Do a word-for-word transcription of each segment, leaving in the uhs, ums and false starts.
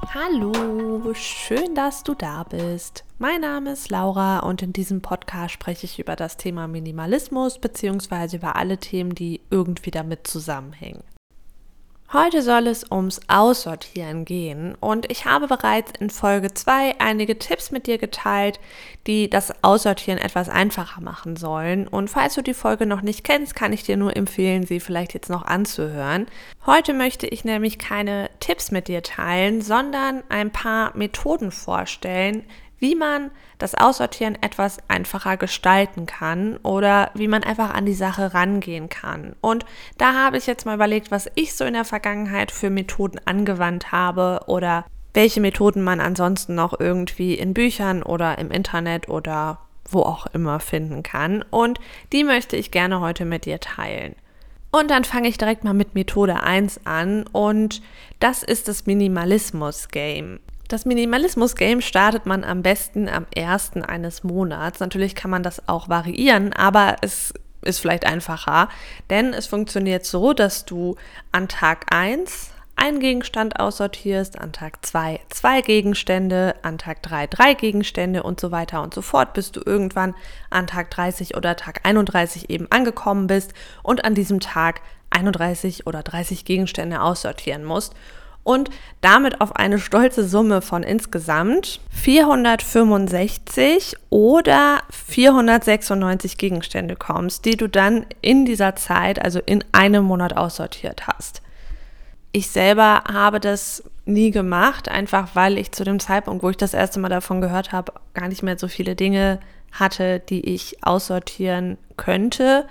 Hallo, schön, dass du da bist. Mein Name ist Laura und in diesem Podcast spreche ich über das Thema Minimalismus bzw. über alle Themen, die irgendwie damit zusammenhängen. Heute soll es ums Aussortieren gehen und ich habe bereits in Folge zwei einige Tipps mit dir geteilt, die das Aussortieren etwas einfacher machen sollen. Und falls du die Folge noch nicht kennst, kann ich dir nur empfehlen, sie vielleicht jetzt noch anzuhören. Heute möchte ich nämlich keine Tipps mit dir teilen, sondern ein paar Methoden vorstellen, wie man das Aussortieren etwas einfacher gestalten kann oder wie man einfach an die Sache rangehen kann. Und da habe ich jetzt mal überlegt, was ich so in der Vergangenheit für Methoden angewandt habe oder welche Methoden man ansonsten noch irgendwie in Büchern oder im Internet oder wo auch immer finden kann. Und die möchte ich gerne heute mit dir teilen. Und dann fange ich direkt mal mit Methode eins an und das ist das Minimalismus-Game. Das Minimalismus-Game startet man am besten am ersten eines Monats. Natürlich kann man das auch variieren, aber es ist vielleicht einfacher, denn es funktioniert so, dass du an Tag eins einen Gegenstand aussortierst, an Tag zwei zwei Gegenstände, an Tag drei drei Gegenstände und so weiter und so fort, bis du irgendwann an Tag dreißig oder Tag einunddreißig eben angekommen bist und an diesem Tag einunddreißig oder dreißig Gegenstände aussortieren musst. Und damit auf eine stolze Summe von insgesamt vierhundertfünfundsechzig oder vierhundertsechsundneunzig Gegenstände kommst, die du dann in dieser Zeit, also in einem Monat aussortiert hast. Ich selber habe das nie gemacht, einfach weil ich zu dem Zeitpunkt, wo ich das erste Mal davon gehört habe, gar nicht mehr so viele Dinge hatte, die ich aussortieren könnte.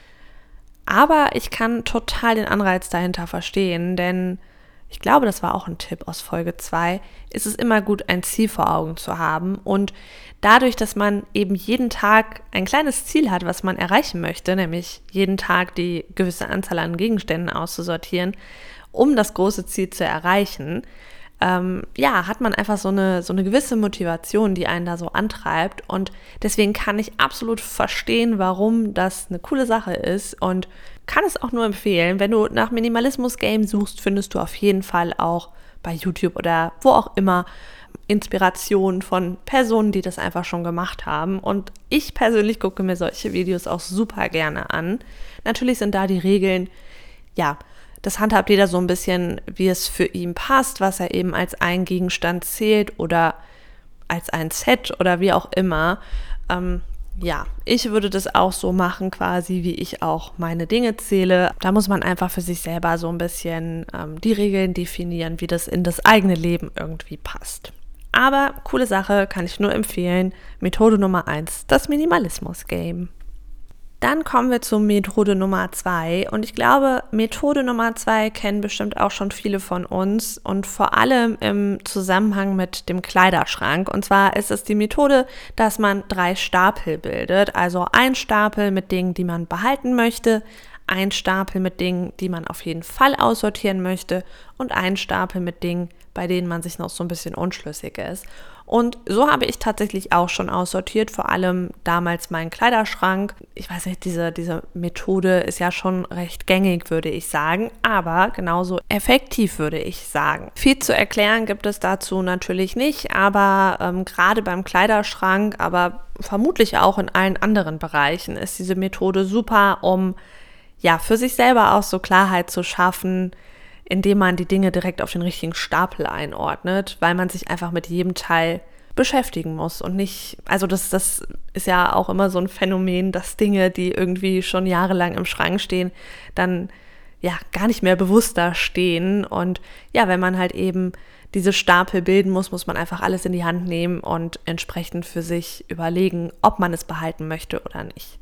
Aber ich kann total den Anreiz dahinter verstehen, denn ich glaube, das war auch ein Tipp aus Folge zwei, ist es immer gut, ein Ziel vor Augen zu haben und dadurch, dass man eben jeden Tag ein kleines Ziel hat, was man erreichen möchte, nämlich jeden Tag die gewisse Anzahl an Gegenständen auszusortieren, um das große Ziel zu erreichen, ähm, ja, hat man einfach so eine, so eine gewisse Motivation, die einen da so antreibt und deswegen kann ich absolut verstehen, warum das eine coole Sache ist und kann es auch nur empfehlen. Wenn du nach Minimalismus-Game suchst, findest du auf jeden Fall auch bei YouTube oder wo auch immer Inspiration von Personen, die das einfach schon gemacht haben. Und ich persönlich gucke mir solche Videos auch super gerne an. Natürlich sind da die Regeln, ja, das handhabt jeder so ein bisschen, wie es für ihn passt, was er eben als ein Gegenstand zählt oder als ein Set oder wie auch immer. Ähm, Ja, ich würde das auch so machen quasi, wie ich auch meine Dinge zähle. Da muss man einfach für sich selber so ein bisschen ähm, die Regeln definieren, wie das in das eigene Leben irgendwie passt. Aber coole Sache, kann ich nur empfehlen. Methode Nummer eins, das Minimalismus-Game. Dann kommen wir zur Methode Nummer zwei und ich glaube, Methode Nummer zwei kennen bestimmt auch schon viele von uns und vor allem im Zusammenhang mit dem Kleiderschrank. Und zwar ist es die Methode, dass man drei Stapel bildet, also ein Stapel mit Dingen, die man behalten möchte, ein Stapel mit Dingen, die man auf jeden Fall aussortieren möchte und ein Stapel mit Dingen, bei denen man sich noch so ein bisschen unschlüssig ist. Und so habe ich tatsächlich auch schon aussortiert, vor allem damals meinen Kleiderschrank. Ich weiß nicht, diese, diese Methode ist ja schon recht gängig, würde ich sagen, aber genauso effektiv, würde ich sagen. Viel zu erklären gibt es dazu natürlich nicht, aber ähm, gerade beim Kleiderschrank, aber vermutlich auch in allen anderen Bereichen ist diese Methode super, um ja für sich selber auch so Klarheit zu schaffen, indem man die Dinge direkt auf den richtigen Stapel einordnet, weil man sich einfach mit jedem Teil beschäftigen muss und nicht, also das, das ist ja auch immer so ein Phänomen, dass Dinge, die irgendwie schon jahrelang im Schrank stehen, dann ja gar nicht mehr bewusst da stehen und ja, wenn man halt eben diese Stapel bilden muss, muss man einfach alles in die Hand nehmen und entsprechend für sich überlegen, ob man es behalten möchte oder nicht.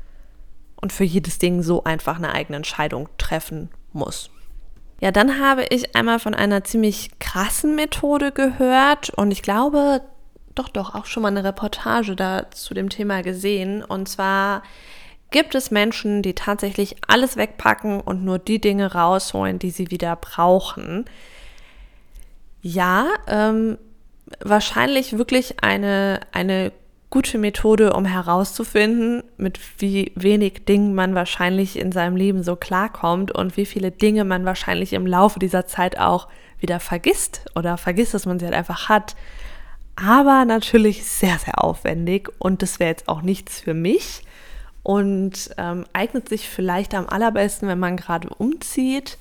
Und für jedes Ding so einfach eine eigene Entscheidung treffen muss. Ja, dann habe ich einmal von einer ziemlich krassen Methode gehört und ich glaube, doch, doch, auch schon mal eine Reportage da zu dem Thema gesehen. Und zwar gibt es Menschen, die tatsächlich alles wegpacken und nur die Dinge rausholen, die sie wieder brauchen. Ja, ähm, wahrscheinlich wirklich eine, eine gute Methode, um herauszufinden, mit wie wenig Dingen man wahrscheinlich in seinem Leben so klarkommt und wie viele Dinge man wahrscheinlich im Laufe dieser Zeit auch wieder vergisst oder vergisst, dass man sie halt einfach hat. Aber natürlich sehr, sehr aufwendig und das wäre jetzt auch nichts für mich und ähm, eignet sich vielleicht am allerbesten, wenn man gerade umzieht.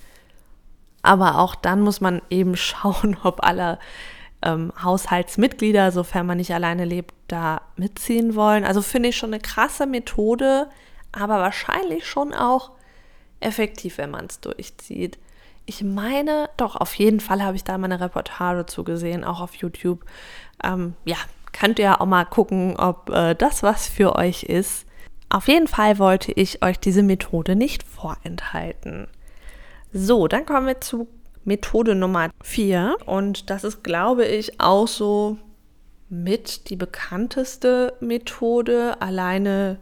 Aber auch dann muss man eben schauen, ob alle ähm, Haushaltsmitglieder, sofern man nicht alleine lebt, da mitziehen wollen. Also finde ich schon eine krasse Methode, aber wahrscheinlich schon auch effektiv, wenn man es durchzieht. Ich meine, doch, auf jeden Fall habe ich da mal eine Reportage zu gesehen, auch auf YouTube. Ähm, ja, könnt ihr auch mal gucken, ob äh, das was für euch ist. Auf jeden Fall wollte ich euch diese Methode nicht vorenthalten. So, dann kommen wir zu Methode Nummer vier und das ist, glaube ich, auch so mit die bekannteste Methode, alleine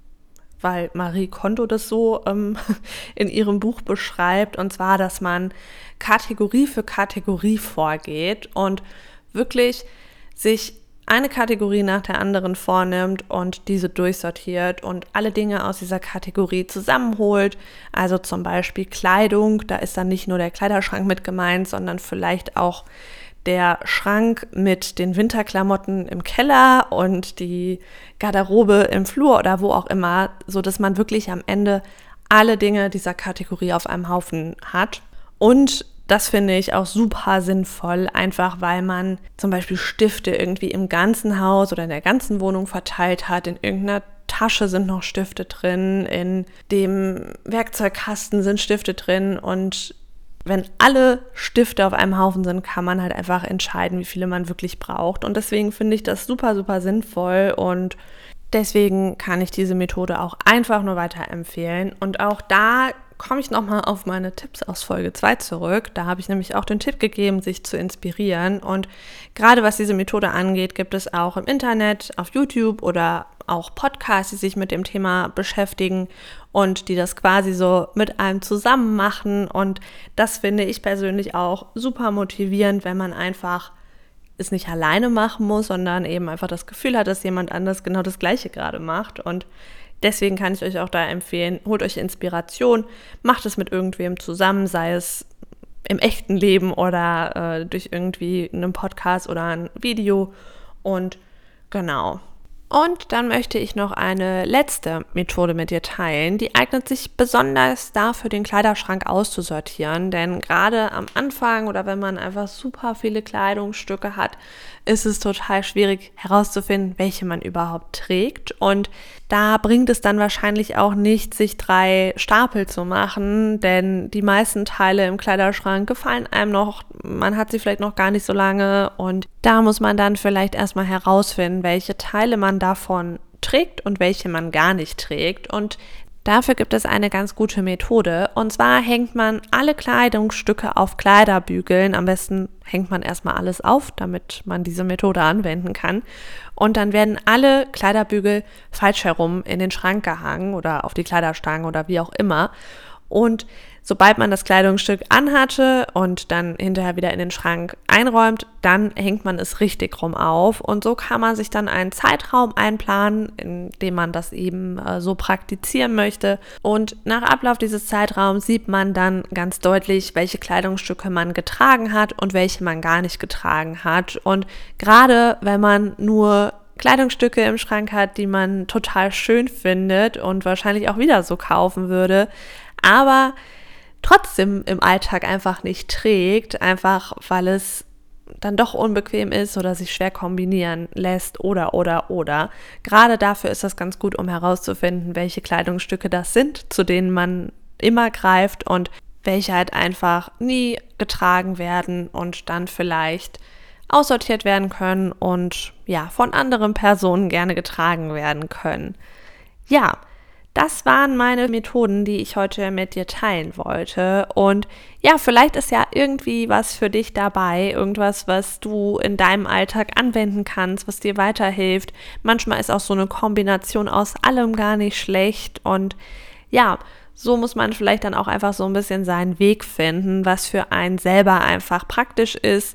weil Marie Kondo das so ähm, in ihrem Buch beschreibt, und zwar, dass man Kategorie für Kategorie vorgeht und wirklich sich eine Kategorie nach der anderen vornimmt und diese durchsortiert und alle Dinge aus dieser Kategorie zusammenholt. Also zum Beispiel Kleidung, da ist dann nicht nur der Kleiderschrank mit gemeint, sondern vielleicht auch der Schrank mit den Winterklamotten im Keller und die Garderobe im Flur oder wo auch immer, so dass man wirklich am Ende alle Dinge dieser Kategorie auf einem Haufen hat. Und das finde ich auch super sinnvoll, einfach weil man zum Beispiel Stifte irgendwie im ganzen Haus oder in der ganzen Wohnung verteilt hat. In irgendeiner Tasche sind noch Stifte drin, in dem Werkzeugkasten sind Stifte drin, und wenn alle Stifte auf einem Haufen sind, kann man halt einfach entscheiden, wie viele man wirklich braucht. Und deswegen finde ich das super, super sinnvoll und deswegen kann ich diese Methode auch einfach nur weiterempfehlen. Und auch da komme ich nochmal auf meine Tipps aus Folge zwei zurück. Da habe ich nämlich auch den Tipp gegeben, sich zu inspirieren. Und gerade was diese Methode angeht, gibt es auch im Internet, auf YouTube oder auch Podcasts, die sich mit dem Thema beschäftigen und die das quasi so mit einem zusammen machen. Und das finde ich persönlich auch super motivierend, wenn man einfach es nicht alleine machen muss, sondern eben einfach das Gefühl hat, dass jemand anders genau das Gleiche gerade macht. Und deswegen kann ich euch auch da empfehlen, holt euch Inspiration, macht es mit irgendwem zusammen, sei es im echten Leben oder äh, durch irgendwie einen Podcast oder ein Video. Und genau. Und dann möchte ich noch eine letzte Methode mit dir teilen, die eignet sich besonders dafür, den Kleiderschrank auszusortieren, denn gerade am Anfang oder wenn man einfach super viele Kleidungsstücke hat, ist es total schwierig herauszufinden, welche man überhaupt trägt, und da bringt es dann wahrscheinlich auch nicht, sich drei Stapel zu machen, denn die meisten Teile im Kleiderschrank gefallen einem noch, man hat sie vielleicht noch gar nicht so lange, und da muss man dann vielleicht erstmal herausfinden, welche Teile man davon trägt und welche man gar nicht trägt. Und dafür gibt es eine ganz gute Methode, und zwar hängt man alle Kleidungsstücke auf Kleiderbügeln. Am besten hängt man erstmal alles auf, damit man diese Methode anwenden kann, und dann werden alle Kleiderbügel falsch herum in den Schrank gehangen oder auf die Kleiderstange oder wie auch immer. Und sobald man das Kleidungsstück anhatte und dann hinterher wieder in den Schrank einräumt, dann hängt man es richtig rum auf. Und so kann man sich dann einen Zeitraum einplanen, in dem man das eben äh, so praktizieren möchte. Und nach Ablauf dieses Zeitraums sieht man dann ganz deutlich, welche Kleidungsstücke man getragen hat und welche man gar nicht getragen hat. Und gerade wenn man nur Kleidungsstücke im Schrank hat, die man total schön findet und wahrscheinlich auch wieder so kaufen würde, aber trotzdem im Alltag einfach nicht trägt, einfach weil es dann doch unbequem ist oder sich schwer kombinieren lässt oder, oder, oder. Gerade dafür ist das ganz gut, um herauszufinden, welche Kleidungsstücke das sind, zu denen man immer greift und welche halt einfach nie getragen werden und dann vielleicht aussortiert werden können und ja, von anderen Personen gerne getragen werden können. Ja, das waren meine Methoden, die ich heute mit dir teilen wollte. Und ja, vielleicht ist ja irgendwie was für dich dabei, irgendwas, was du in deinem Alltag anwenden kannst, was dir weiterhilft. Manchmal ist auch so eine Kombination aus allem gar nicht schlecht. Und ja, so muss man vielleicht dann auch einfach so ein bisschen seinen Weg finden, was für einen selber einfach praktisch ist.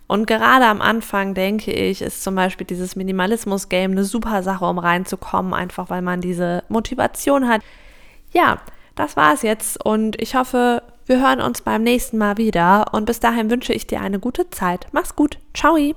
Und gerade am Anfang, denke ich, ist zum Beispiel dieses Minimalismus-Game eine super Sache, um reinzukommen, einfach weil man diese Motivation hat. Ja, das war's jetzt und ich hoffe, wir hören uns beim nächsten Mal wieder und bis dahin wünsche ich dir eine gute Zeit. Mach's gut. Ciao.